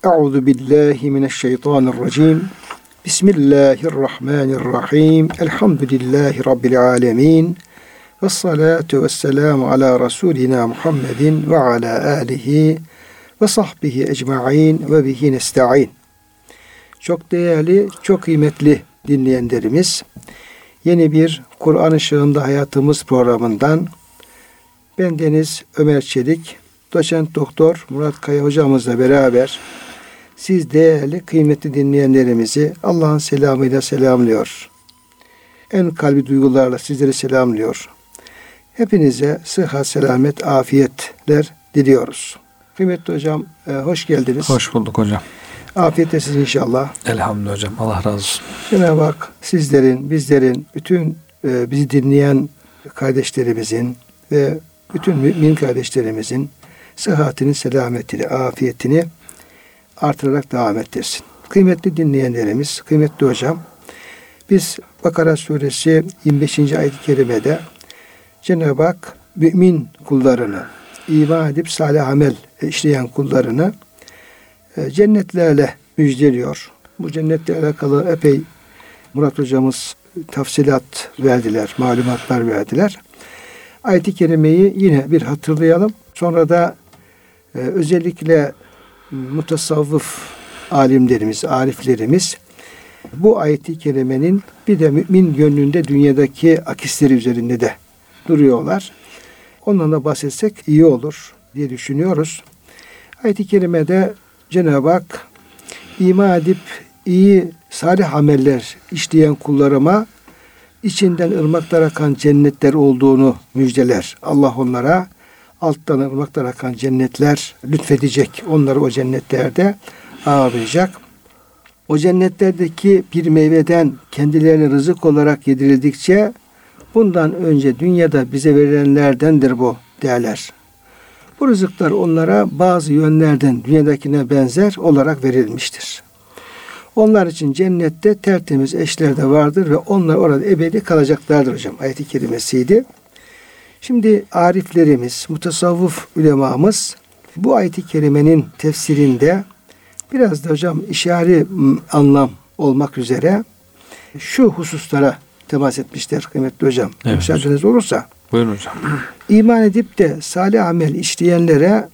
Euzu billahi mineşşeytanirracim. Bismillahirrahmanirrahim. Elhamdülillahi Rabbil alemin. Vessalatu vesselamu ala Resulina Muhammedin ve ala alihi ve sahbihi ecma'in ve bihi nesta'in. Çok değerli, çok kıymetli dinleyenlerimiz, yeni bir Kur'an Işığında Hayatımız programından bendeniz Ömer Çelik, Doçent Doktor Murat Kaya hocamızla beraber siz değerli, kıymetli dinleyenlerimizi Allah'ın selamıyla selamlıyor. En kalbi duygularla sizleri selamlıyor. Hepinize sıhhat, selamet, afiyetler diliyoruz. Kıymetli hocam, hoş geldiniz. Hoş bulduk hocam. Afiyet inşallah. Elhamdülillah hocam. Allah razı olsun. Cenab-ı Hak sizlerin, bizlerin, bütün bizi dinleyen kardeşlerimizin ve bütün mümin kardeşlerimizin sıhhatini, selametini, afiyetini artırarak devam ettirsin. Kıymetli dinleyenlerimiz, kıymetli hocam, biz Bakara suresi 25. ayet-i kerimede Cenab-ı Hak mümin kullarını, iman edip salih amel işleyen kullarını cennetlerle müjdeliyor. Bu cennetle alakalı epey Murat hocamız tafsilat verdiler, malumatlar verdiler. Ayet-i kerimeyi yine bir hatırlayalım. Sonra da özellikle mutasavvıf alimlerimiz, ariflerimiz bu ayet-i kerimenin bir de mümin gönlünde dünyadaki akisleri üzerinde de duruyorlar. Ondan da bahsetsek iyi olur diye düşünüyoruz. Ayet-i kerimede Cenab-ı Hak iman edip iyi salih ameller işleyen kullarıma içinden ırmaklar akan cennetler olduğunu müjdeler. Allah onlara alttan ırmaklar akan cennetler lütfedecek. Onları o cennetlerde ağırlayacak. O cennetlerdeki bir meyveden kendilerine rızık olarak yedirildikçe bundan önce dünyada bize verilenlerdendir bu derler. Bu rızıklar onlara bazı yönlerden dünyadakine benzer olarak verilmiştir. Onlar için cennette tertemiz eşler de vardır ve onlar orada ebedi kalacaklardır hocam. Ayet-i kerimesiydi. Şimdi ariflerimiz, mutasavvıf ulemamız bu ayet-i kerimenin tefsirinde biraz da hocam işari anlam olmak üzere şu hususlara temas etmişler kıymetli hocam. Evet. Müsaadeniz olursa. Buyurun hocam. İman edip de salih amel işleyenlere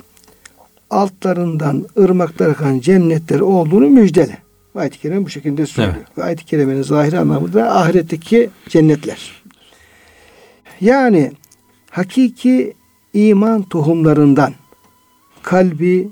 altlarından ırmaklar akan cennetler olduğunu müjdele. Ayet-i kerime bu şekilde söylüyor. Evet. Ve ayet-i kerimenin zahiri anlamı da ahiretteki cennetler. Yani hakiki iman tohumlarından, kalbi,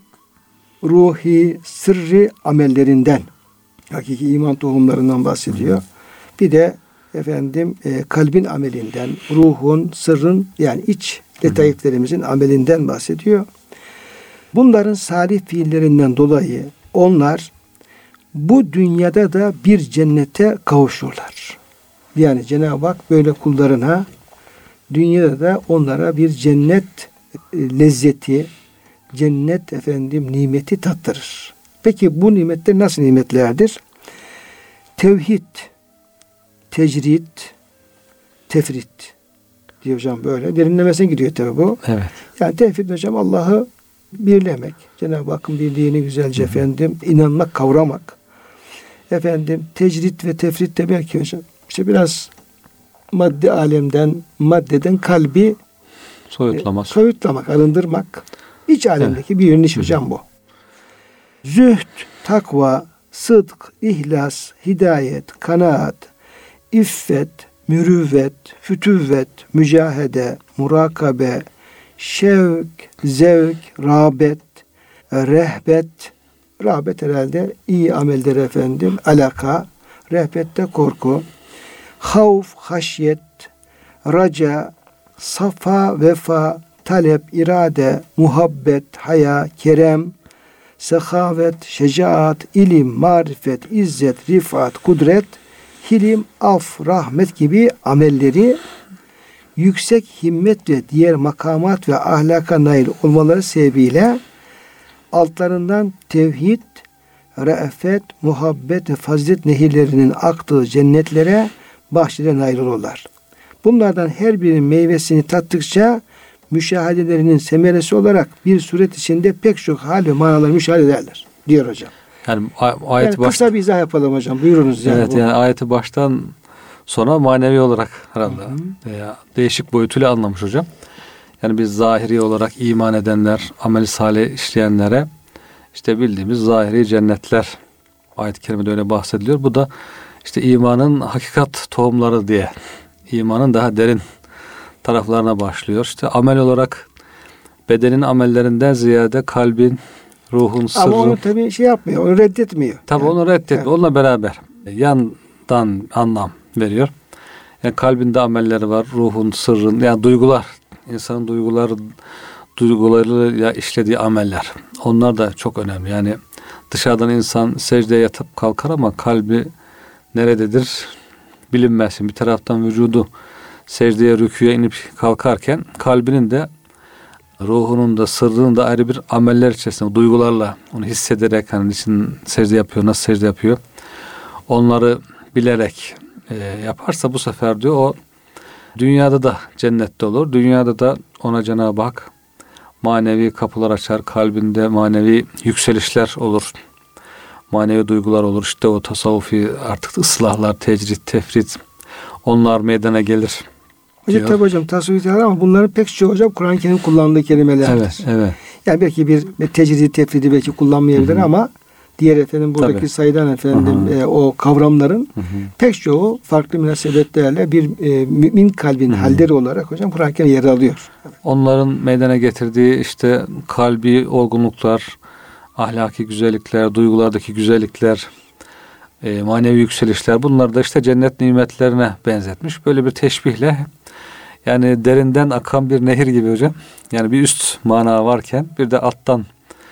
ruhi, sırrı amellerinden, hakiki iman tohumlarından bahsediyor. Bir de kalbin amelinden, ruhun, sırrın yani iç detaylarımızın amelinden bahsediyor. Bunların salih fiillerinden dolayı onlar bu dünyada da bir cennete kavuşurlar. Yani Cenab-ı Hak böyle kullarına dünyada da onlara bir cennet lezzeti, cennet nimeti tattırır. Peki bu nimetler nasıl nimetlerdir? Tevhid, tecrid, tefrit diyor hocam böyle. Derinlemesine gidiyor tabi bu. Evet. Yani tevhid hocam Allah'ı birlemek. Cenab-ı Hakk'ın birliğini güzelce inanmak, kavramak. Tecrid ve tefrit de belki hocam İşte biraz maddi alemden, maddeden kalbi soyutlamak, arındırmak. İç alemdeki bir yönünü hocam bu. Zühd, takva, sıdk, ihlas, hidayet, kanaat, iffet, mürüvvet, fütüvvet, mücahede, murakabe, şevk, zevk, rağbet, rehbet, rağbet herhalde iyi amelleri alaka, rehbette korku, havf, haşyet, raca, safa, vefa, talep, irade, muhabbet, haya, kerem, sehavet, şecaat, ilim, marifet, izzet, rifat, kudret, hilim, af, rahmet gibi amelleri yüksek himmet ve diğer makamat ve ahlaka nail olmaları sebebiyle altlarından tevhid, re'fet, muhabbet ve fazilet nehirlerinin aktığı cennetlere bahçede nail olurlar. Bunlardan her birinin meyvesini tattıkça müşahedelerinin semeresi olarak bir suret içinde pek çok hal ve manaları müşahede ederler. diyor hocam. Yani ayeti kısa bir izah yapalım hocam. Buyurunuz yani. Evet, yani ayeti baştan sona manevi olarak herhalde değişik boyutuyla anlamış hocam. Yani biz zahiri olarak iman edenler, amel-i salih işleyenlere işte bildiğimiz zahiri cennetler ayet-i kerimede öyle bahsediliyor. Bu da işte imanın hakikat tohumları diye, imanın daha derin taraflarına başlıyor. İşte amel olarak bedenin amellerinden ziyade kalbin, ruhun, sırrın. Ama onu tabii yapmıyor, onu reddetmiyor. Tabii yani, onu reddetmiyor. Yani. Onunla beraber yandan anlam veriyor. Yani kalbinde amelleri var, ruhun, sırrın, yani duygular, insanın duygularıyla işlediği ameller. Onlar da çok önemli. Yani dışarıdan insan secdeye yatıp kalkar ama kalbi nerededir bilinmez. Bir taraftan vücudu secdeye, rüküye inip kalkarken kalbinin de ruhunun da sırrının da ayrı bir ameller içerisinde, duygularla onu hissederek hani için secde yapıyor, nasıl secde yapıyor onları bilerek yaparsa bu sefer diyor o dünyada da cennette olur. Dünyada da ona Cenab-ı Hak manevi kapılar açar. Kalbinde manevi yükselişler olur. Manevi duygular olur. İşte o tasavvufi artık ıslahlar, tecrit, tefrit onlar meydana gelir. Hocam tabi hocam tasavvufi ama bunların pek çoğu hocam Kur'an-ı Kerim kullandığı kelimelerdir. Evet. Yani belki bir tecrid, tefridi belki kullanmayabilir ama diğer buradaki sayılan o kavramların pek çoğu farklı münasebetlerle bir mümin kalbin halleri olarak hocam Kur'an-ı Kerim yer alıyor. Onların meydana getirdiği işte kalbi olgunluklar, ahlaki güzellikler, duygulardaki güzellikler, manevi yükselişler bunlar da işte cennet nimetlerine benzetmiş. Böyle bir teşbihle yani derinden akan bir nehir gibi hocam. Yani bir üst mana varken bir de alttan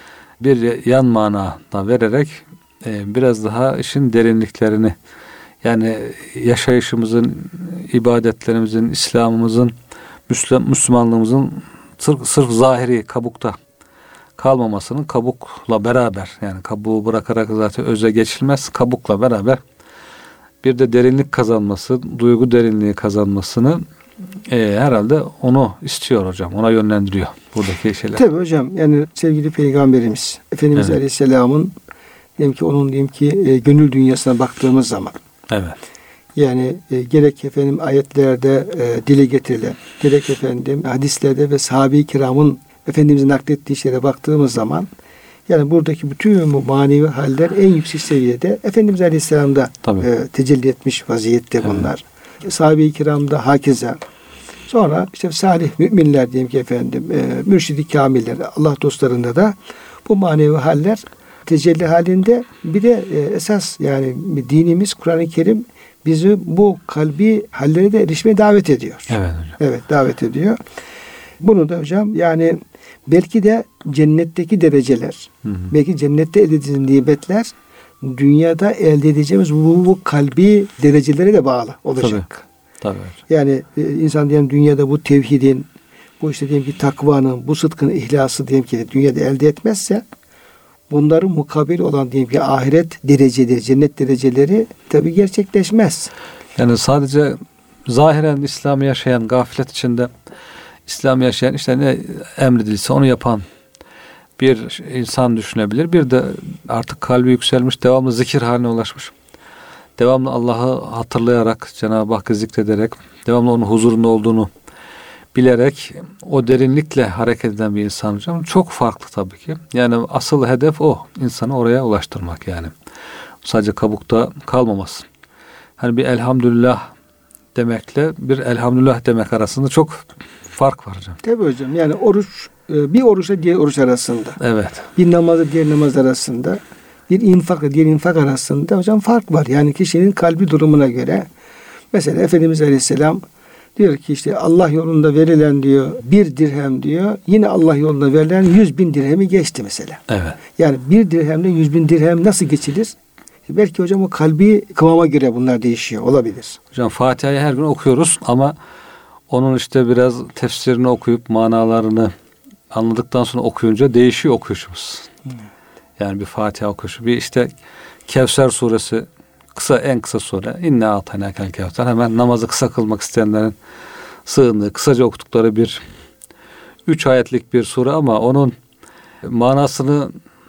bir yan mana da vererek biraz daha işin derinliklerini yani yaşayışımızın, ibadetlerimizin, İslam'ımızın, Müslümanlığımızın sırf zahiri kabukta kalmamasının kabukla beraber yani kabuğu bırakarak zaten öze geçilmez. Kabukla beraber bir de derinlik kazanması, duygu derinliği kazanmasını herhalde onu istiyor hocam. Ona yönlendiriyor buradaki şeyler. Tabii hocam yani sevgili Peygamberimiz Efendimiz Aleyhisselam'ın diyelim ki gönül dünyasına baktığımız zaman yani gerek ayetlerde dile getirilen gerek hadislerde ve sahabe-i kiramın Efendimiz'in naklettiği şeylere baktığımız zaman yani buradaki bütün bu manevi haller en yüksek seviyede Efendimiz Aleyhisselam'da tecelli etmiş vaziyette bunlar. Sahabe-i kiramda hakeza. Sonra işte salih müminler mürşid-i kamiller, Allah dostlarında da bu manevi haller tecelli halinde. Bir de esas yani dinimiz Kur'an-ı Kerim bizi bu kalbi hallere de erişmeye davet ediyor. Evet hocam. Evet, davet ediyor. Bunu da hocam yani belki de cennetteki dereceler, belki cennette elde edilen nimetler dünyada elde edeceğimiz bu kalbi derecelere de bağlı olacak. Tabii. Yani insan dünyada bu tevhidin, bu ki takvanın, bu sıdkın, ihlası dünyada elde etmezse bunların mukabili olan ahiret dereceleri, cennet dereceleri tabii gerçekleşmez. Yani sadece zahiren İslam'ı yaşayan, gaflet içinde İslam'ı yaşayan işte ne emredilse onu yapan bir insan düşünebilir. Bir de artık kalbi yükselmiş, devamlı zikir haline ulaşmış. Devamlı Allah'ı hatırlayarak, Cenab-ı Hakk'ı zikrederek, devamlı onun huzurunda olduğunu bilerek o derinlikle hareket eden bir insan hocam. Çok farklı tabii ki. Yani asıl hedef o. İnsanı oraya ulaştırmak yani. Sadece kabukta kalmaması. Hani bir elhamdülillah demekle bir elhamdülillah demek arasında çok fark var hocam. Tabii hocam. Yani oruç, bir oruçla diğer oruç arasında. Evet. Bir namazla diğer namaz arasında. Bir infakla diğer infak arasında hocam fark var. Yani kişinin kalbi durumuna göre. Mesela Efendimiz Aleyhisselam diyor ki işte Allah yolunda verilen diyor 1 dirhem diyor. Yine Allah yolunda verilen 100.000 dirhemi geçti mesela. Evet. Yani 1 dirhemle 100.000 dirhem nasıl geçilir? Belki hocam o kalbi kıvama göre bunlar değişiyor. Olabilir. Hocam Fatiha'yı her gün okuyoruz ama onun işte biraz tefsirini okuyup manalarını anladıktan sonra okuyunca değişiyor okuyuşumuz. Yani bir Fatiha okuyuşu. Bir işte Kevser suresi en kısa sure. İnne a'taynakel kevser. Hemen namazı kısa kılmak isteyenlerin sığındığı, kısaca okudukları 3 ayetlik bir sure ama onun manasını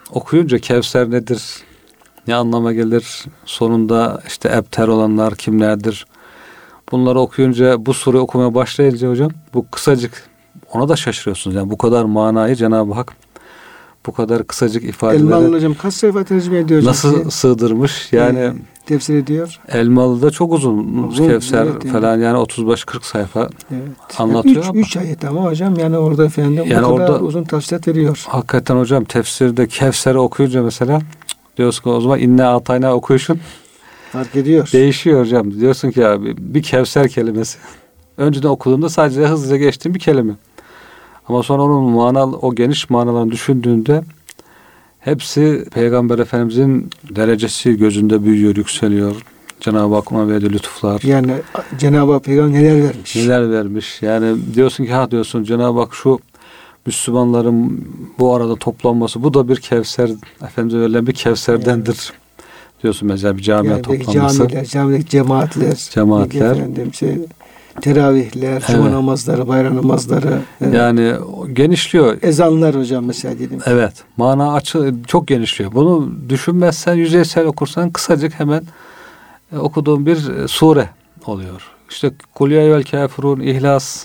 okuyunca Kevser nedir? Ne anlama gelir? Sonunda işte ebter olanlar kimlerdir? Bunları okuyunca, bu sureyi okumaya başlayınca hocam, bu kısacık, ona da şaşırıyorsunuz. Yani bu kadar manayı Cenab-ı Hak bu kadar kısacık ifadeleri Elmalı hocam kaç sayfa tercüme ediyor hocam? Nasıl sığdırmış? Yani tefsir ediyor. Elmalı'da çok uzun Kevser evet, falan, yani 35-40 sayfa evet. anlatıyor Yani ama. 3 ayet ama hocam, yani orada efendim Yani bu kadar orada uzun tafsilat veriyor. Hakikaten hocam, tefsirde Kevser'i okuyunca mesela diyorsun ki o zaman inna atayna okuyuşun Fark ediyor. değişiyor hocam. Diyorsun ki ya bir Kevser kelimesi. Önceden okuduğunda sadece hızlıca geçtiğim bir kelime. Ama sonra onun o geniş manalarını düşündüğünde hepsi Peygamber Efendimizin derecesi gözünde büyüyor, yükseliyor. Cenab-ı Hak ona verdiği lütuflar. Yani Cenab-ı Hak Peygamber neler vermiş. Neler vermiş. Yani diyorsun ki diyorsun Cenab-ı Hak şu Müslümanların bu arada toplanması, bu da bir Kevser, Efendimiz'e verilen bir Kevser'dendir. Yani. Diyorsun mesela bir camiye toplanması. Camideki cemaatler. Efendim, teravihler, cuma namazları, bayram namazları. Yani genişliyor. Ezanlar hocam mesela diyelim. Evet. Mana çok genişliyor. Bunu düşünmezsen, yüzeysel okursan kısacık hemen okuduğum bir sure oluyor. İşte Kul ya eyyuhel kafirun, İhlas,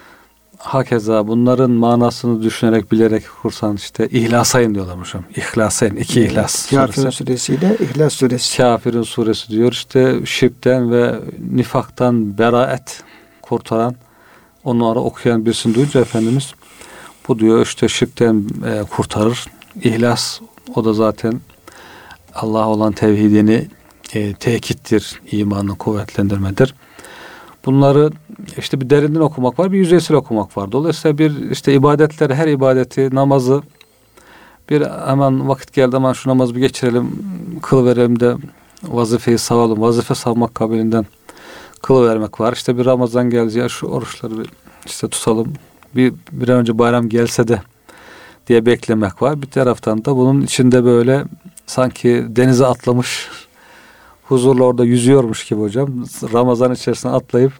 hakeza bunların manasını düşünerek, bilerek okursan işte İhlasayın diyorlarmış hocam. İhlasayın, 2 İhlas. Kafirun suresiyle İhlas suresi. Kafirun suresi diyor. İşte şirkten ve nifaktan beraet kurtaran, onları okuyan birisini duyunca Efendimiz bu diyor işte şirkten kurtarır. İhlas, o da zaten Allah'a olan tevhidini tekittir, imanını kuvvetlendirmedir. Bunları işte bir derinden okumak var, bir yüzeysel okumak var. Dolayısıyla bir işte ibadetleri, her ibadeti, namazı bir hemen vakit geldi, hemen şu namazı bir geçirelim, kılıverelim de vazifeyi savalım. Vazife savmak kabilinden kılıvermek var. İşte bir Ramazan geldi, ya şu oruçları işte tutalım. Bir an önce bayram gelse de diye beklemek var. Bir taraftan da bunun içinde böyle sanki denize atlamış, huzurla orada yüzüyormuş gibi hocam. Ramazan içerisine atlayıp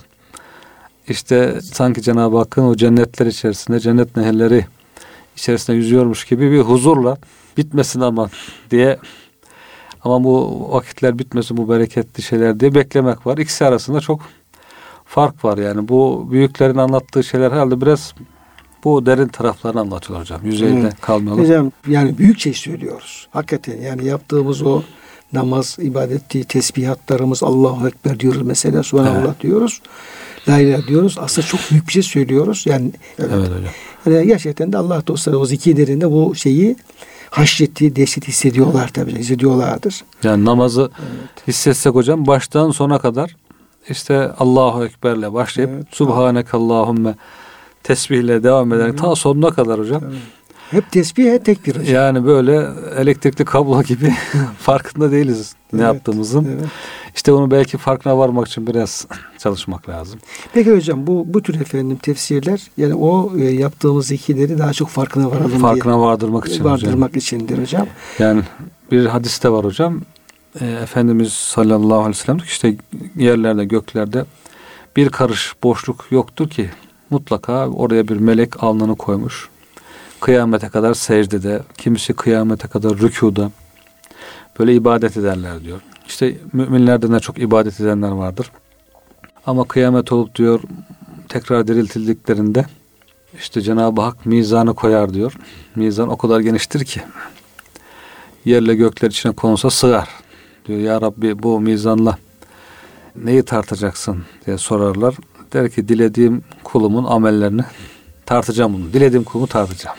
işte sanki Cenab-ı Hakk'ın o cennetler içerisinde, cennet nehirleri içerisinde yüzüyormuş gibi bir huzurla, bitmesin aman diye, ama bu vakitler bitmesin, bu bereketli şeyler diye beklemek var. İkisi arasında çok fark var yani. Bu büyüklerin anlattığı şeyler herhalde biraz bu derin taraflarını anlatıyorlar hocam. Yüzeyde kalmıyorlar. Hocam yani büyük şey söylüyoruz. Hakikaten yani yaptığımız o namaz, ibadeti, tesbihatlarımız, Allahu Ekber diyoruz mesela, Subhanallah diyoruz. La ilahe diyoruz. Aslında çok büyük bir şey söylüyoruz. Yani evet hocam. Yani gerçekten de Allah dostları o zikirlerinde bu şeyi, haşyeti, dehşeti hissediyorlar tabii. Hissediyorlardır. Yani namazı hissetsek hocam baştan sona kadar işte Allahu Ekber'le başlayıp Subhanekallahümme tesbihle devam ederek ta sonuna kadar hocam. Evet. Hep tesbih, hep tekbir hocam. Yani böyle elektrikli kablo gibi farkında değiliz ne yaptığımızın. Evet. İşte onu belki farkına varmak için biraz çalışmak lazım. Peki hocam bu tür efendim tefsirler, yani o yaptığımız zikirleri daha çok farkına varalım farkına vardırmak için vardırmak içindir hocam. Yani bir hadiste var hocam. Efendimiz sallallahu aleyhi ve sellem işte yerlerde, göklerde bir karış boşluk yoktur ki mutlaka oraya bir melek alnını koymuş. Kıyamete kadar secdede, kimisi kıyamete kadar rükuda böyle ibadet ederler diyor. İşte müminlerden de çok ibadet edenler vardır. Ama kıyamet olup diyor tekrar diriltildiklerinde işte Cenab-ı Hak mizanı koyar diyor. Mizan o kadar geniştir ki yerle gökler içine konulsa sığar diyor. Ya Rabbi bu mizanla neyi tartacaksın diye sorarlar. Der ki dilediğim kulumun amellerini tartacağım bunu. Dilediğim kulumu tartacağım.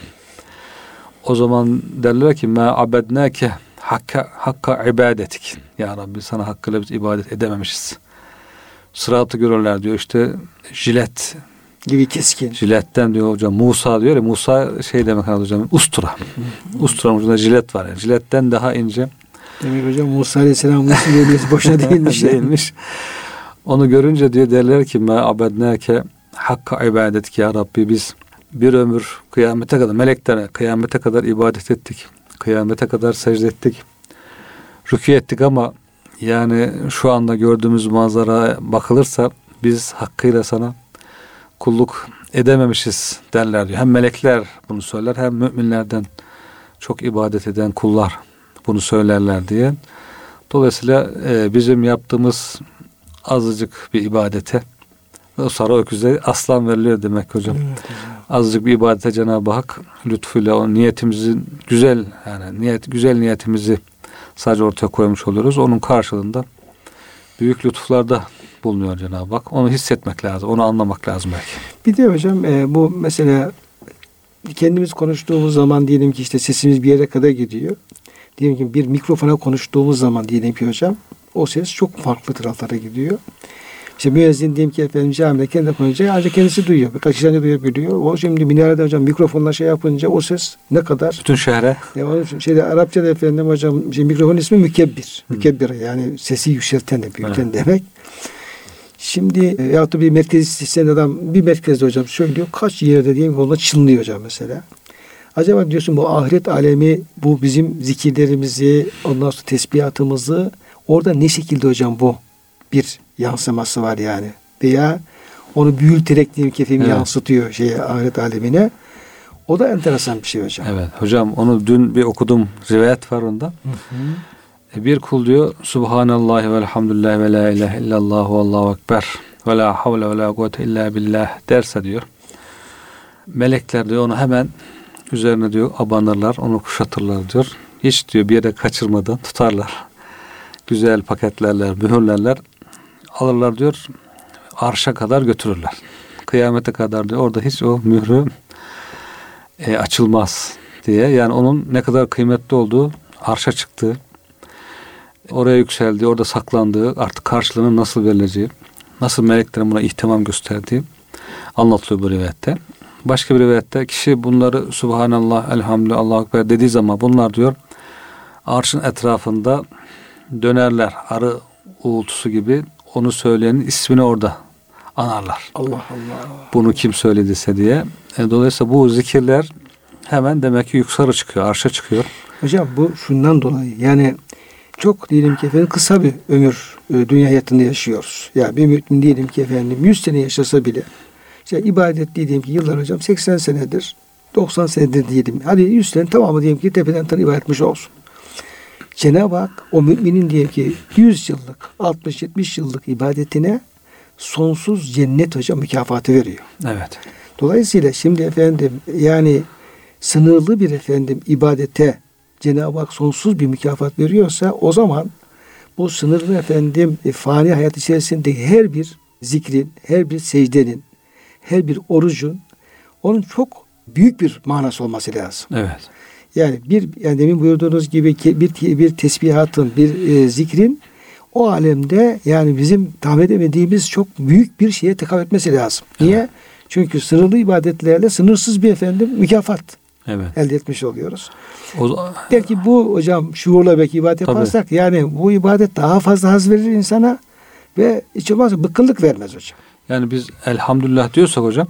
O zaman derler ki ma abednake hakka ibadetik. Ya Rabbi sana hakkıyla biz ibadet edememişiz. Sıratı görürler diyor işte jilet gibi keskin. Jiletten diyor hocam. Musa diyor ya, Musa şey demek hocam, ustura. Usturanın ucunda jilet var yani. Jiletten daha ince. Demek hocam Musa Aleyhisselam Musa diyoruz, boşuna değilmiş. Değilmiş. Onu görünce diyor derler ki ma abednake hakka ibadetik ya Rabbi biz bir ömür kıyamete kadar meleklere kıyamete kadar ibadet ettik. Kıyamete kadar secde ettik. Rükû ettik ama yani şu anda gördüğümüz manzara bakılırsa biz hakkıyla sana kulluk edememişiz derler diyor. Hem melekler bunu söyler hem müminlerden çok ibadet eden kullar bunu söylerler diye. Dolayısıyla bizim yaptığımız azıcık bir ibadete, sonra öküze aslan veriliyor demek hocam. Evet, Azıcık bir ibadete Cenab-ı Hak lütfuyla o niyetimizin güzel, yani güzel niyetimizi sadece ortaya koymuş oluyoruz. Onun karşılığında büyük lütuflarda bulunuyor Cenab-ı Hak. Onu hissetmek lazım, onu anlamak lazım belki. Bir de hocam bu mesela kendimiz konuştuğumuz zaman diyelim ki işte sesimiz bir yere kadar gidiyor. Diyelim ki bir mikrofona konuştuğumuz zaman diyelim ki hocam o ses çok farklı taraflara gidiyor. İşte müezzin diyelim ki efendim camide kendi konuşunca ancak kendisi duyuyor. Birkaç kişi de duyabiliyor. O şimdi minarede hocam mikrofonla şey yapınca o ses ne kadar? Bütün şehre. Onun için Arapçada efendim hocam mikrofonun ismi mükebbir. Mükebbir yani sesi yükselten de büyüten demek. Şimdi yahut da bir merkez isteyen adam bir merkezde hocam söylüyor. Kaç yerde diyelim ki onunla çınlıyor hocam mesela. Acaba diyorsun bu ahiret alemi bu bizim zikirlerimizi ondan sonra tesbihatımızı orada ne şekilde hocam bu bir yansıması var yani. Veya onu büyüterek diyelim ki efendim yansıtıyor ahiret alemine. O da enteresan bir şey hocam. Evet hocam onu dün bir okudum. Rivayet var onda. Bir kul diyor Subhanallah ve elhamdülillah ve la ilahe illallah ve allahu ekber ve la havle ve la kuvvete illa billah derse diyor. Melekler diyor onu hemen üzerine diyor abanırlar, onu kuşatırlar diyor. Hiç diyor bir yere kaçırmadan tutarlar. Güzel paketlerler, mühürlerler. Alırlar diyor. Arşa kadar götürürler. Kıyamete kadar diyor. Orada hiç o mührü açılmaz diye. Yani onun ne kadar kıymetli olduğu, arşa çıktığı, oraya yükseldiği, orada saklandığı, artık karşılığının nasıl verileceği, nasıl meleklerin buna ihtimam gösterdiği anlatılıyor bu rivayette. Başka bir rivayette kişi bunları Subhanallah, Elhamdülillah, Allahu Ekber dediği zaman bunlar diyor arşın etrafında dönerler. Arı uğultusu gibi onu söyleyenin ismini orada anarlar. Allah Allah. Bunu kim söylediyse diye. Dolayısıyla bu zikirler hemen demek ki yukarı çıkıyor, arşa çıkıyor. Hocam bu şundan dolayı yani çok diyelim ki efendim kısa bir ömür dünya hayatında yaşıyoruz. Yani bir mümin diyelim ki efendim 100 sene yaşasa bile işte ibadet diyelim ki yıllar hocam 80 senedir 90 senedir diyelim. Hadi 100 sene tamamı diyelim ki tepeden tırnağa ibadet etmiş olsun. Cenab-ı Hak o müminin diyelim ki 100 yıllık 60-70 yıllık ibadetine sonsuz cennet hocam mükafatı veriyor. Evet. Dolayısıyla şimdi efendim yani sınırlı bir efendim ibadete Cenab-ı Hak sonsuz bir mükafat veriyorsa o zaman bu sınırlı efendim fani hayat içerisinde her bir zikrin, her bir secdenin, her bir orucun onun çok büyük bir manası olması lazım. Evet. Yani demin buyurduğunuz gibi bir tesbihatın, bir zikrin o alemde yani bizim tahmin edemediğimiz çok büyük bir şeye tekabül etmesi lazım. Niye? Evet. Çünkü sınırlı ibadetlerle sınırsız bir efendim mükafat elde etmiş oluyoruz. Belki bu hocam şuurla belki ibadet yaparsak yani bu ibadet daha fazla haz verir insana ve hiç olmazsa bıkkınlık vermez hocam. Yani biz elhamdülillah diyorsak hocam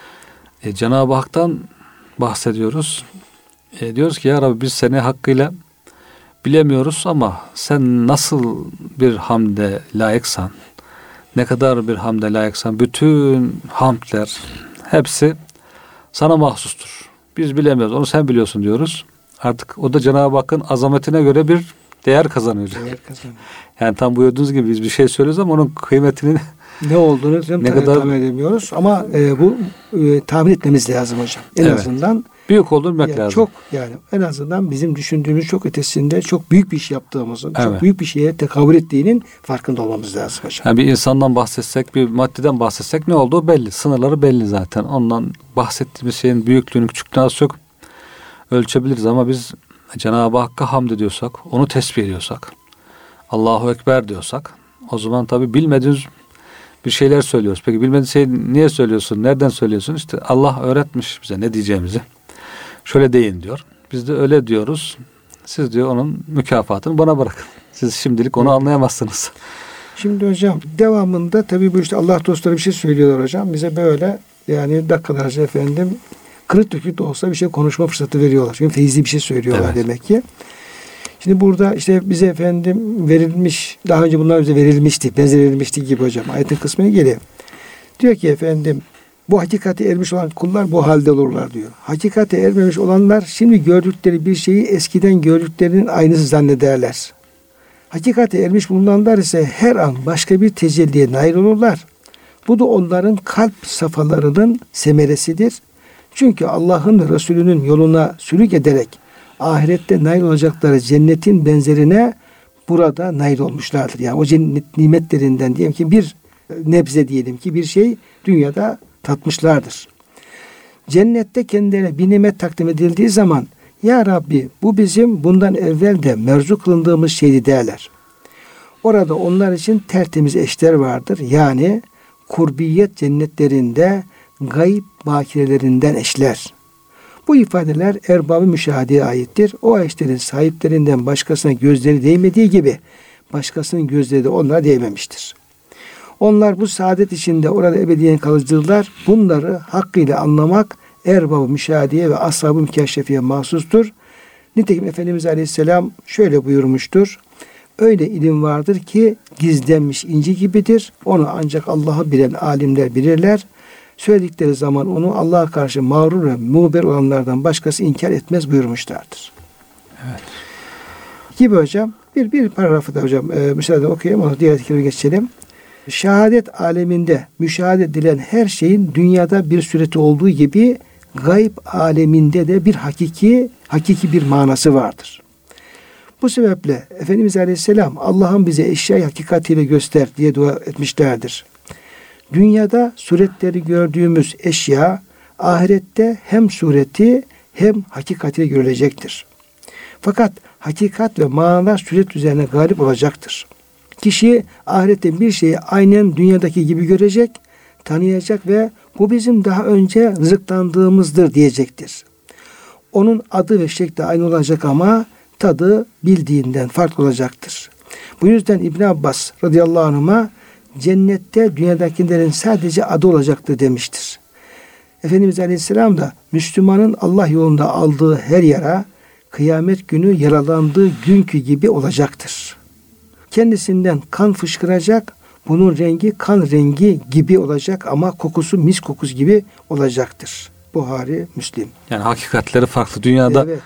Cenab-ı Hak'tan bahsediyoruz. Diyoruz ki ya Rabbi biz seni hakkıyla bilemiyoruz ama sen nasıl bir hamde layıksan, ne kadar bir hamde layıksan bütün hamdler hepsi sana mahsustur. Biz bilemiyoruz. Onu sen biliyorsun diyoruz. Artık o da Cenab-ı Hakk'ın azametine göre bir değer kazanıyor. Yani tam buyurduğunuz gibi biz bir şey söylüyoruz ama onun kıymetini ne olduğunu ne kadar tahmin edemiyoruz. Ama bu tahmin etmemiz lazım hocam. En azından büyük olduğunu bilmek lazım. Çok yani en azından bizim düşündüğümüz çok ötesinde çok büyük bir iş yaptığımızın, çok büyük bir şeye tekabül ettiğinin farkında olmamız lazım hocam. Yani bir insandan bahsetsek, bir maddeden bahsetsek ne olduğu belli. Sınırları belli zaten. Ondan bahsettiğimiz şeyin büyüklüğünü, küçüklüğünü az çok ölçebiliriz ama biz Cenab-ı Hakk'a hamd ediyorsak, onu tesbih ediyorsak, Allahu Ekber diyorsak o zaman tabii bilmediğimiz bir şeyler söylüyoruz. Peki bilmediğin şeyi niye söylüyorsun? Nereden söylüyorsun? İşte Allah öğretmiş bize ne diyeceğimizi. Şöyle deyin diyor. Biz de öyle diyoruz. Siz diyor onun mükafatını bana bırakın. Siz şimdilik onu anlayamazsınız. Şimdi hocam devamında tabii bu işte Allah dostları bir şey söylüyorlar hocam. Bize böyle yani dakikalarca efendim kırık dökük de olsa bir şey konuşma fırsatı veriyorlar. Çünkü feyizli bir şey söylüyorlar demek ki. Şimdi burada işte bize efendim verilmiş, daha önce bunlar bize verilmişti, benzer verilmişti gibi hocam. Ayetin kısmına geliyor. Diyor ki efendim Bu hakikate ermiş olan kullar bu halde olurlar diyor. Hakikate ermemiş olanlar şimdi gördükleri bir şeyi eskiden gördüklerinin aynısı zannederler. Hakikate ermiş bulunanlar ise her an başka bir tecelliye nail olurlar. Bu da onların kalp safhalarının semeresidir. Çünkü Allah'ın Resulünün yoluna sülük ederek ahirette nail olacakları cennetin benzerine burada nail olmuşlardır. Yani o cennet nimetlerinden diyelim ki bir nebze diyelim ki bir şey dünyada tatmışlardır. Cennette kendilerine bir nimet takdim edildiği zaman ya Rabbi bu bizim bundan evvel de merzu kılındığımız şeydi derler. Orada onlar için tertemiz eşler vardır. Yani kurbiyet cennetlerinde gayb bakirelerinden eşler. Bu ifadeler erbab-ı müşahedeye aittir. O eşlerin sahiplerinden başkasına gözleri değmediği gibi başkasının gözleri de onlara değmemiştir. Onlar bu saadet içinde orada ebediyen kalıcıdırlar. Bunları hakkıyla anlamak erbab-ı müşahedeye ve ashab-ı mükeşşefeye mahsustur. Nitekim Efendimiz Aleyhisselam şöyle buyurmuştur. Öyle ilim vardır ki gizlenmiş inci gibidir. Onu ancak Allah'ı bilen alimler bilirler. Söyledikleri zaman onu Allah'a karşı mağrur ve muğber olanlardan başkası inkar etmez buyurmuşlardır. Evet. Gibi hocam bir paragrafı da hocam müsaade okuyayım, onu diğer kelime geçelim. Şehadet aleminde müşahede edilen her şeyin dünyada bir sureti olduğu gibi gayb aleminde de bir hakiki bir manası vardır. Bu sebeple Efendimiz Aleyhisselam Allah'ın bize eşyayı hakikatiyle göster diye dua etmişlerdir. Dünyada suretleri gördüğümüz eşya ahirette hem sureti hem hakikatiyle görülecektir. Fakat hakikat ve manalar suret üzerine galip olacaktır. Kişi ahirette bir şeyi aynen dünyadaki gibi görecek, tanıyacak ve bu bizim daha önce rızıklandığımızdır diyecektir. Onun adı ve şekli aynı olacak ama tadı bildiğinden farklı olacaktır. Bu yüzden İbn Abbas radıyallahu anh'a cennette dünyadakilerin sadece adı olacaktır demiştir. Efendimiz Aleyhisselam da Müslümanın Allah yolunda aldığı her yara kıyamet günü yaralandığı günkü gibi olacaktır. Kendisinden kan fışkıracak, bunun rengi kan rengi gibi olacak ama kokusu mis kokusu gibi olacaktır. Buhari, Müslim. Yani hakikatleri farklı. Dünyada evet.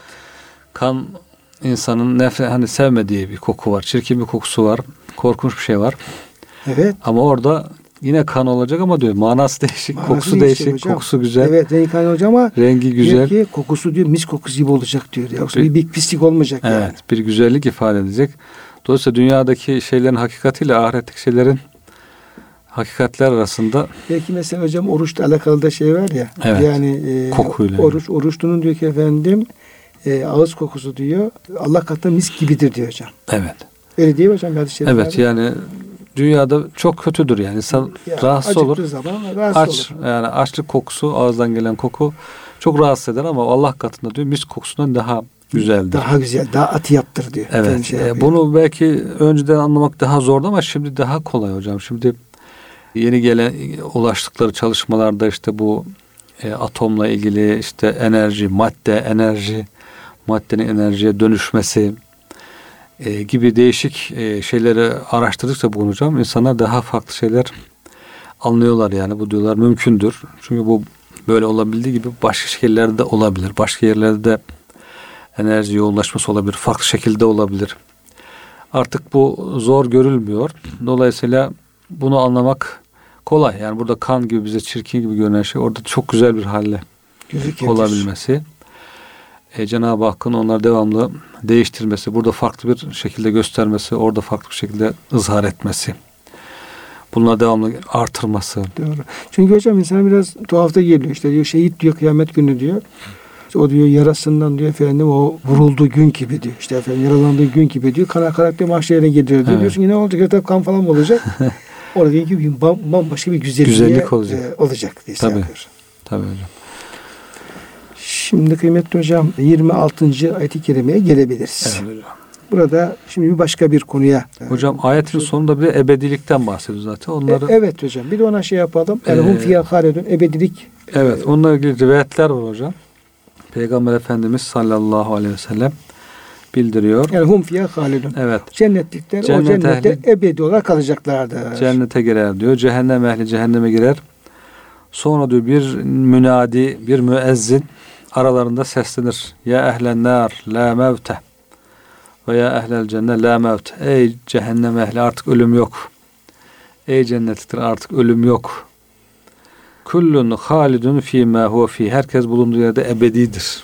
Kan insanın sevmediği bir koku var. Çirkin bir kokusu var. Korkunç bir şey var. Evet. Ama orada yine kan olacak ama diyor manası değişik, kokusu değişik, hocam. Kokusu güzel. Evet, rengi kan olacak ama rengi güzel. Diyor ki kokusu diyor mis kokusu gibi olacak diyor. Yoksa bir pislik olmayacak evet, yani. Bir güzellik ifade edecek. Dolayısıyla dünyadaki şeylerin hakikatiyle ahiretteki şeylerin hakikatler arasında belki mesela hocam oruçla alakalı da şey var ya. Evet. Yani kokuyla. Oruçlunun diyor ki efendim ağız kokusu diyor Allah katında mis gibidir diyor hocam. Evet. Öyle değil mi hocam? Evet yani dünyada çok kötüdür yani insan rahatsız olur. Aç olur. Yani açlık kokusu, ağızdan gelen koku çok rahatsız eder ama Allah katında diyor mis kokusundan daha güzeldir. Daha güzel, daha atiyaptır diyor. Evet. Bunu belki önceden anlamak daha zordu ama şimdi daha kolay hocam. Şimdi yeni gelen ulaştıkları çalışmalarda işte bu atomla ilgili işte enerji, maddenin enerjiye dönüşmesi gibi değişik şeyleri araştırdıkça bugün hocam insanlar daha farklı şeyler anlıyorlar yani bu diyorlar mümkündür. Çünkü bu böyle olabildiği gibi başka şekillerde olabilir. Başka yerlerde enerji yoğunlaşması olabilir. Farklı şekilde olabilir. Artık bu zor görülmüyor. Dolayısıyla bunu anlamak kolay. Yani burada kan gibi bize çirkin gibi görünen şey orada çok güzel bir halle olabilmesi. Cenab-ı Hakk'ın onları devamlı değiştirmesi, burada farklı bir şekilde göstermesi, orada farklı bir şekilde ızhar etmesi. Bunları devamlı artırması. Doğru. Çünkü hocam insan biraz tuhafta geliyor. İşte diyor şehit diyor kıyamet günü diyor. İşte o diyor yarasından diyor efendim o vurulduğu gün gibi diyor. İşte efendim yaralandığı gün gibi diyor. Kan akarak diyor mahşerine gidiyor diyor. Evet. Diyorsun ki ne olacak? Ya kan falan mı olacak? Orada diyor ki bambaşka bir güzellik olacak diye Tabii. yapıyor. Tabii hocam. Şimdi kıymetli hocam 26. ayet-i kerimeye gelebiliriz. Evet hocam. Burada şimdi bir başka bir konuya. Hocam ayetin sonunda bir ebedilikten bahsediyor zaten. Onları evet hocam. Bir de ona şey yapalım. Elhum fiyâ hâledun ebedilik. Evet. Onunla ilgili rivayetler var hocam. Peygamber Efendimiz sallallahu aleyhi ve sellem bildiriyor. Elhum fiyâ hâledun. Evet. Cennetlikler o cennette ebedi olarak kalacaklardır. Cennete girer diyor. Cehennem ehli cehenneme girer. Sonra diyor bir münadi, bir müezzin aralarında seslenir. Ya ehlen nar la mevte ve ya ehlel cennet la mevte. Ey cehennem ehli, artık ölüm yok. Ey cennetlikler, artık ölüm yok. Kullun halidun fîmâ huve fî. Herkes bulunduğu yerde ebedidir.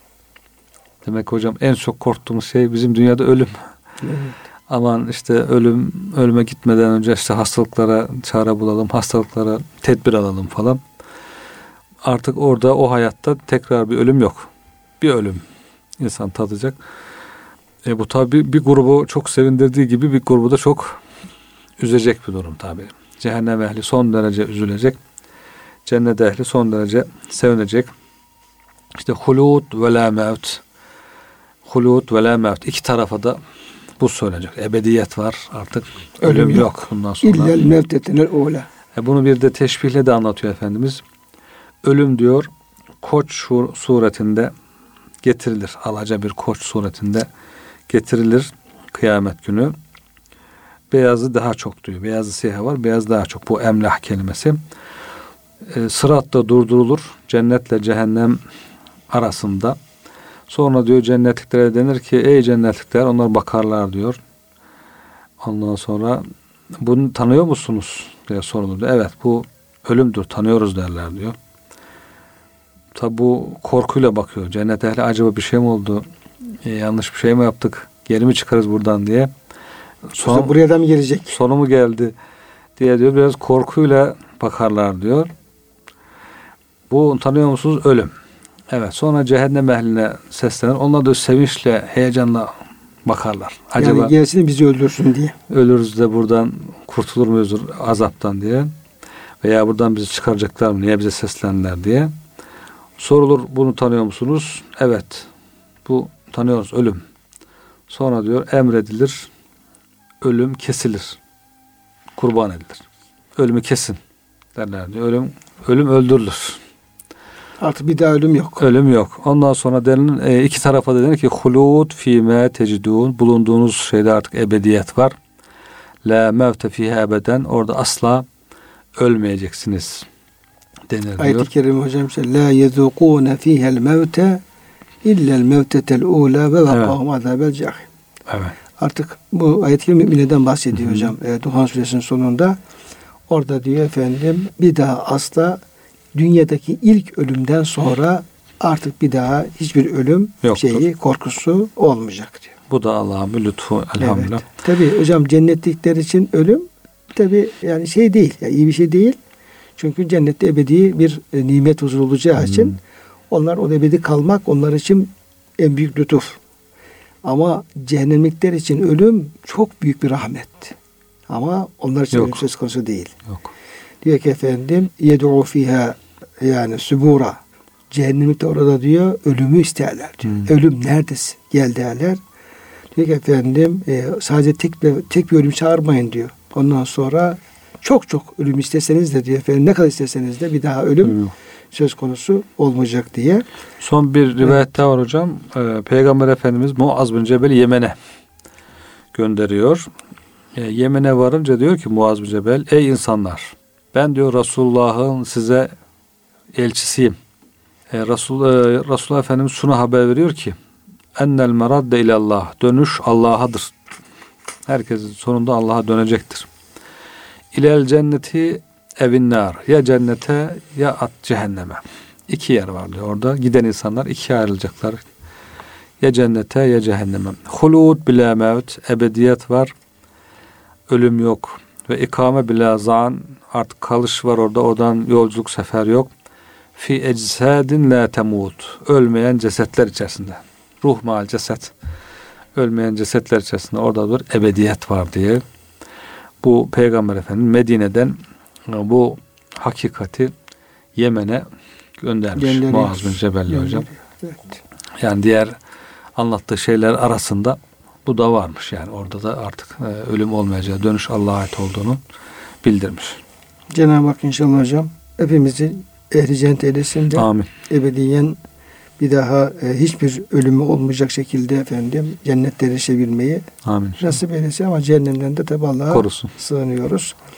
Demek hocam en çok korktuğumuz şey bizim dünyada ölüm. Evet. Aman işte ölüme gitmeden önce işte hastalıklara çare bulalım, hastalıklara tedbir alalım falan. Artık orada, o hayatta tekrar bir ölüm yok. Bir ölüm insan tadacak. Bu tabi bir grubu çok sevindirdiği gibi bir grubu da çok üzecek bir durum tabi. Cehennem ehli son derece üzülecek. Cennet ehli son derece sevinecek. İşte hulud ve la mevt. Hulud ve la mevt. İki tarafa da bu söyleyecek. Ebediyet var. Artık ölüm yok bundan sonra. İllel mevtetenel ula. Bunu bir de teşbihle de anlatıyor Efendimiz. Ölüm diyor koç suretinde getirilir. Alaca bir koç suretinde getirilir kıyamet günü. Beyazı daha çok diyor. Beyazı siyahı var. Beyaz daha çok. Bu emlah kelimesi. Sıratta durdurulur. Cennetle cehennem arasında. Sonra diyor cennetliklere denir ki ey cennetlikler, onlar bakarlar diyor. Ondan sonra bunu tanıyor musunuz diye sorulur. Evet, bu ölümdür, tanıyoruz derler diyor. Tabi bu korkuyla bakıyor. Cennet ehli acaba bir şey mi oldu? Yanlış bir şey mi yaptık? Geri mi çıkarız buradan diye. Buraya da mı gelecek? Sonu mu geldi diye diyor. Biraz korkuyla bakarlar diyor. Bu tanıyor musunuz? Ölüm. Evet. Sonra cehennem ehline seslenir. Onlar da sevinçle, heyecanla bakarlar. Acaba yani gelsin bizi öldürsün diye. Ölürüz de buradan kurtulur muyuz azaptan diye. Veya buradan bizi çıkaracaklar mı? Niye bize seslendiler diye. Sorulur, bunu tanıyor musunuz? Evet. Bu tanıyoruz. Ölüm. Sonra diyor emredilir. Ölüm kesilir. Kurban edilir. Ölümü kesin derler diyor. Ölüm öldürülür. Artık bir daha ölüm yok. Ölüm yok. Ondan sonra denilen iki tarafa da denir ki hulud fîmâ tecidûn. Bulunduğunuz şeyde artık ebediyet var. La mevte fîhâ ebeden. Orada asla ölmeyeceksiniz denir diyor. Ayet-i kerime hocam la yezûkûne fîhel mevte illel mevtetel ûlâ ve vakâhum azâbel cahim. Evet. Artık bu ayet-i kerime müminlerden bahsediyor hocam. Duhan suresinin sonunda orada diyor efendim bir daha asla dünyadaki ilk ölümden sonra artık bir daha hiçbir ölüm yoktur. Korkusu olmayacak diyor. Bu da Allah'ın bir lütfu elhamdülillah. Evet. Tabii hocam cennetlikler için ölüm tabii yani şey değil. Yani iyi bir şey değil. Çünkü cennette ebedi bir nimet huzur olacağı için onlar o ebedi kalmak onlar için en büyük lütuf. Ama cehennemlikler için ölüm çok büyük bir rahmet. Ama onlar için ölüm söz konusu değil. Yok. Diyor ki efendim yed'u fiha yani subura. Cehennemlikte orada diyor ölümü isterler diyor. Ölüm neredesin? Gel derler. Diyor ki efendim sadece tek bir ölüm çağırmayın diyor. Ondan sonra çok ölüm isteseniz de diyor efendim ne kadar isteseniz de bir daha ölüm söz konusu olmayacak diye. Son bir rivayet daha var hocam. Peygamber Efendimiz Muaz bin Cebel'i Yemen'e gönderiyor. Yemen'e varınca diyor ki Muaz bin Cebel, ey insanlar, ben diyor Resulullah'ın size elçisiyim. Resulullah Efendimiz şunu haber veriyor ki ennel meradde ilallah, dönüş Allah'adır. Herkesin sonunda Allah'a dönecektir. İlel cenneti evin nar, ya cennete ya cehenneme. İki yer var diyor orada. Giden insanlar ikiye ayrılacaklar. Ya cennete ya cehenneme. Hulud bila mevt, ebediyet var. Ölüm yok. Ve ikame bila zan, artık kalış var orada. Oradan yolculuk, sefer yok. Fi ecsadin la temut, ölmeyen cesetler içerisinde. Ruh mal ceset. Ölmeyen cesetler içerisinde oradadır. Ebediyet var diye. Bu Peygamber Efendimiz Medine'den bu hakikati Yemen'e göndermiş. Muaz bin Cebelli hocam. Evet. Yani diğer anlattığı şeyler arasında bu da varmış. Yani orada da artık ölüm olmayacağı, dönüş Allah'a ait olduğunu bildirmiş. Cenab-ı Hak inşallah hocam hepimizi ehli cennet eylesin de amin. Ebediyen bir daha hiçbir ölümü olmayacak şekilde efendim cennette erişebilmeyi nasip eylesin ama cehennemden de tabi Allah'a sığınıyoruz.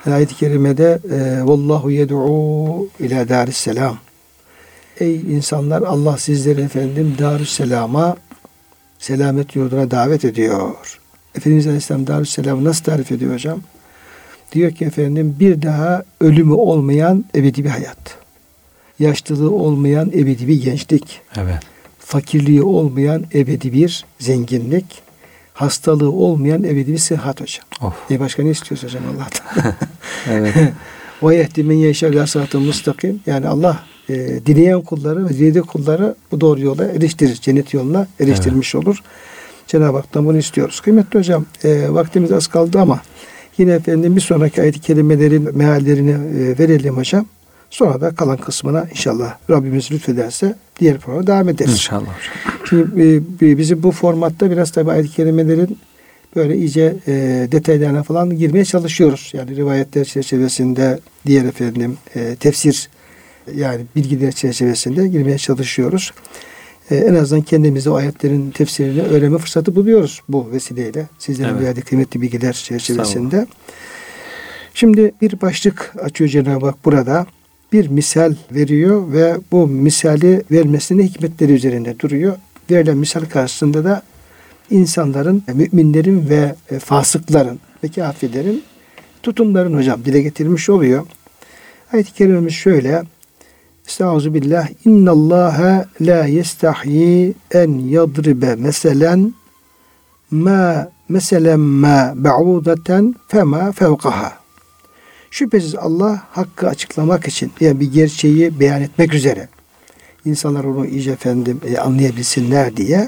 Ayet-i kerimede vallahu yed'u ila darisselam. Ey insanlar, Allah sizleri efendim Darüsselam'a, selamet yurduna davet ediyor. Efendimiz Aleyhisselam Darüsselam'ı nasıl tarif ediyor hocam? Diyor ki efendim, bir daha ölümü olmayan ebedi bir hayat. Yaşlılığı olmayan ebedi bir gençlik. Evet. Fakirliği olmayan ebedi bir zenginlik. Hastalığı olmayan ebedi bir sıhhat hocam. Of. Başka ne istiyorsun hocam Allah'tan? Evet. Ve yehdi men yeşâ ilâ sıratın mustakim. Yani Allah dileyen kulları ve dilediği kulları bu doğru yola eriştirir. Cennet yoluna eriştirmiş olur. Cenab-ı Hak'tan bunu istiyoruz. Kıymetli hocam, vaktimiz az kaldı ama yine efendim bir sonraki ayet-i kerimelerin meallerini verelim hocam. Sonra da kalan kısmına inşallah Rabbimiz lütfederse diğer programa devam ederiz. İnşallah hocam. Şimdi bizim bu formatta biraz tabi ayet-i kerimelerin böyle iyice detaylarına falan girmeye çalışıyoruz. Yani rivayetler çerçevesinde, diğer efendim tefsir yani bilgiler çerçevesinde girmeye çalışıyoruz. En azından kendimize o ayetlerin tefsirini öğrenme fırsatı buluyoruz bu vesileyle. Sizlerin verdiği kıymetli bilgiler çerçevesinde. Şimdi bir başlık açıyor Cenab-ı Hak burada. Bir misal veriyor ve bu misali vermesinin hikmetleri üzerinde duruyor. Verilen misal karşısında da insanların, müminlerin ve fasıkların ve kafirlerin tutumlarını hocam dile getirmiş oluyor. Ayet-i kerimemiz şöyle. Estağfirullah. İnnallâhe la yestahyi en yadribe meselen ma ba'udaten fema fevkaha. Şüphesiz Allah hakkı açıklamak için, yani bir gerçeği beyan etmek üzere, insanlar onu iyice efendim anlayabilsinler diye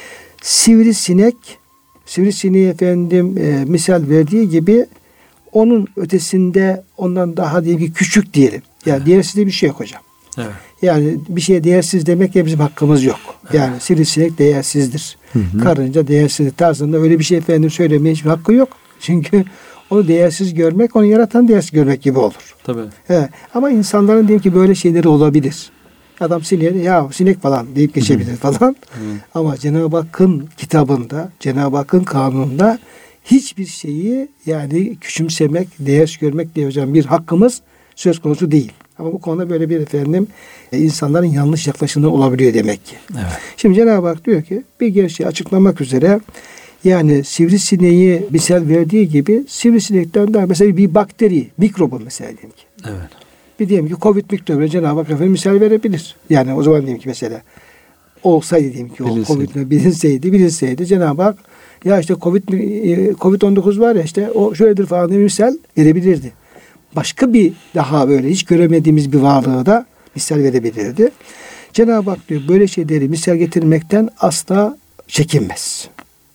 sivrisineği efendim misal verdiği gibi onun ötesinde ondan daha diye bir küçük diyelim. Yani değersiz de bir şey yok hocam. Evet. Yani bir şeye değersiz demek ya bizim hakkımız yok. Yani sivrisinek değersizdir. Karınca değersizdir tarzında öyle bir şey efendim söylemeye hiçbir hakkı yok. Çünkü onu değersiz görmek, onu yaratan değersiz görmek gibi olur. Tabii. Ama insanların diyelim ki böyle şeyleri olabilir. Adam sinek falan deyip geçebilir falan. Ama Cenab-ı Hakk'ın kitabında, Cenab-ı Hakk'ın kanununda hiçbir şeyi yani küçümsemek, değersiz görmek diye hocam bir hakkımız söz konusu değil. Ama bu konuda böyle bir efendim insanların yanlış yaklaşımları olabiliyor demek ki. Evet. Şimdi Cenab-ı Hak diyor ki bir gerçeği açıklamak üzere yani sivrisineği misal verdiği gibi sivrisinekten daha mesela bir bakteri, mikrobun mesela diyelim ki. Evet. Bir diyelim ki Covid mikrobuna Cenab-ı Hak efendim misal verebilir. Yani o zaman diyelim ki mesela olsaydı diyelim ki o Covid bilinseydi Cenab-ı Hak ya işte Covid-19 var ya işte o şöyledir falan diye misal verebilirdi. Başka bir daha böyle hiç göremediğimiz bir varlığı da misal verebilirdi. Cenab-ı Hak diyor böyle şeyleri misal getirmekten asla çekinmez.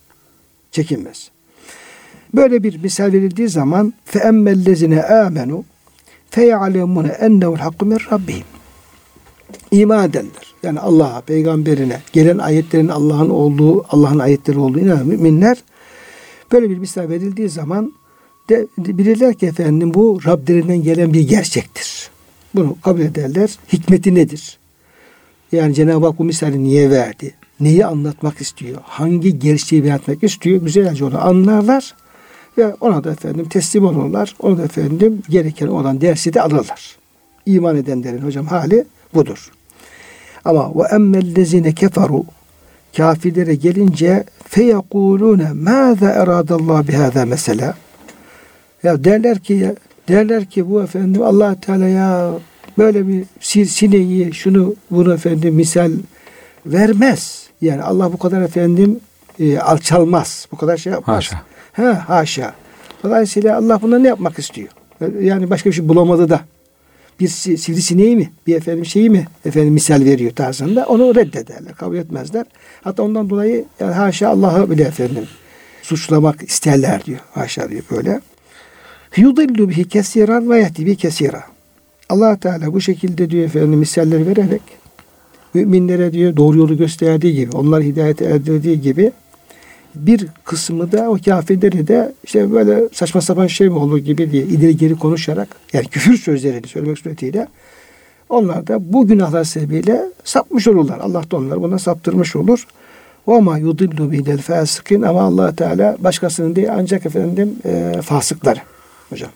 Böyle bir misal verildiği zaman فَاَمَّا آمَنُوا فَيَعْلَمُونَ اَنَّهُ الْحَقُّ مِنْ رَبِّهِمْ. İman edenler, yani Allah'a, peygamberine, gelen ayetlerin Allah'ın ayetleri olduğu inanan müminler böyle bir misal verildiği zaman bilirler ki efendim bu Rablerinden gelen bir gerçektir. Bunu kabul ederler. Hikmeti nedir? Yani Cenab-ı Hak bu misali niye verdi? Neyi anlatmak istiyor? Hangi gerçeği beyan etmek istiyor? Güzelce onu anlarlar ve ona da efendim teslim olurlar. Ona da efendim gereken olan dersi de alırlar. İman edenlerin hocam hali budur. Ama ve emmellezine keferu, kafirlere gelince feyekulune mâze eradallahu bihâzâ mesela. Ya derler ki bu efendim Allah Teala ya böyle bir sineği bunu efendim misal vermez. Yani Allah bu kadar efendim alçalmaz. Bu kadar şey yapmaz. Haşa. Haşa. Dolayısıyla Allah buna ne yapmak istiyor? Yani başka bir şey bulamadı da bir sivrisineği mi? Bir efendim şeyi mi? Efendim misal veriyor tarzında. Onu reddederler. Kabul etmezler. Hatta ondan dolayı yani haşa Allah'ı bile efendim suçlamak isterler diyor. Haşa diyor böyle. Yudillu bihi kesiran ve yehdi bihi kesira. Allah Teala bu şekilde diyor efendim misaller vererek müminlere diyor doğru yolu gösterdiği gibi, onları hidayete erdirdiği gibi bir kısmı da o kafirleri de işte böyle saçma sapan şey mi olur gibi diye ileri geri konuşarak yani küfür sözlerini söylemek suretiyle onlar da bu günahlar sebebiyle sapmış olurlar. Allah da onları buna saptırmış olur. وَمَا يُضِلُّ بِهِ الْفَاسِقِينَ. Ama Allah Teala başkasının değil ancak efendim fasıkları hocam.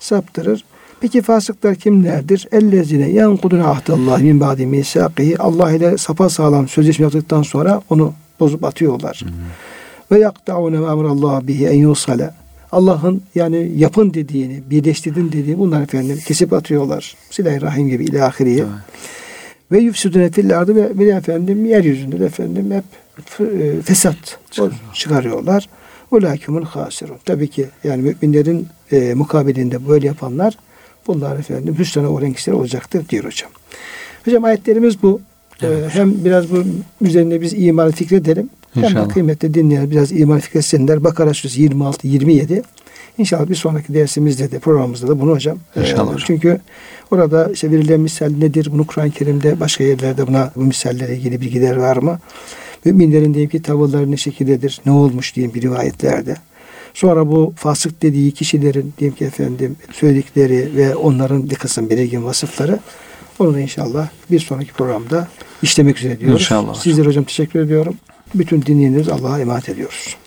saptırır. Peki fasıklar kimlerdir? Ellezine yankudune ahdallahi min ba'di misaqihi. Allah ile sapasağlam sözleşme yaptıktan sonra onu bozup atıyorlar. Ve yakta'une ma emrallahu bihi en yusala. Allah'ın yani yapın dediğini, birleştirdin dediğini bunlar efendim kesip atıyorlar. Bismillahirrahmanirrahim gibi ilahiriye. Ve yüfsüdüne fil ardı ve efendim yeryüzünde de efendim hep fesat çıkarıyorlar. Ulâkümül hâsirun. Tabii ki yani müminlerin mukabilinde böyle yapanlar bunlar efendim hüsrana uğrayan kişiler olacaktır diyor hocam. Hocam ayetlerimiz bu. Evet. Hem biraz bu üzerine biz iman fikredelim. İnşallah. Hem de kıymetli dinleyen biraz iman fikretsinler. Bakara suresi 26-27. İnşallah bir sonraki dersimizde de programımızda da bunu hocam. İnşallah. Çünkü orada işte verilen misal nedir? Bunu Kur'an-ı Kerim'de başka yerlerde bu misallere ilgili bilgiler var mı? Müminlerin diyelim ki tavırları ne şekildedir? Ne olmuş diyeyim bir rivayetlerde. Sonra bu fasık dediği kişilerin diyelim ki efendim söyledikleri ve onların bir kısım belirgin vasıfları onu da inşallah bir sonraki programda işlemek üzere diyoruz. İnşallah. Sizlere hocam teşekkür ediyorum. Bütün dinleyenlerimizi Allah'a emanet ediyoruz.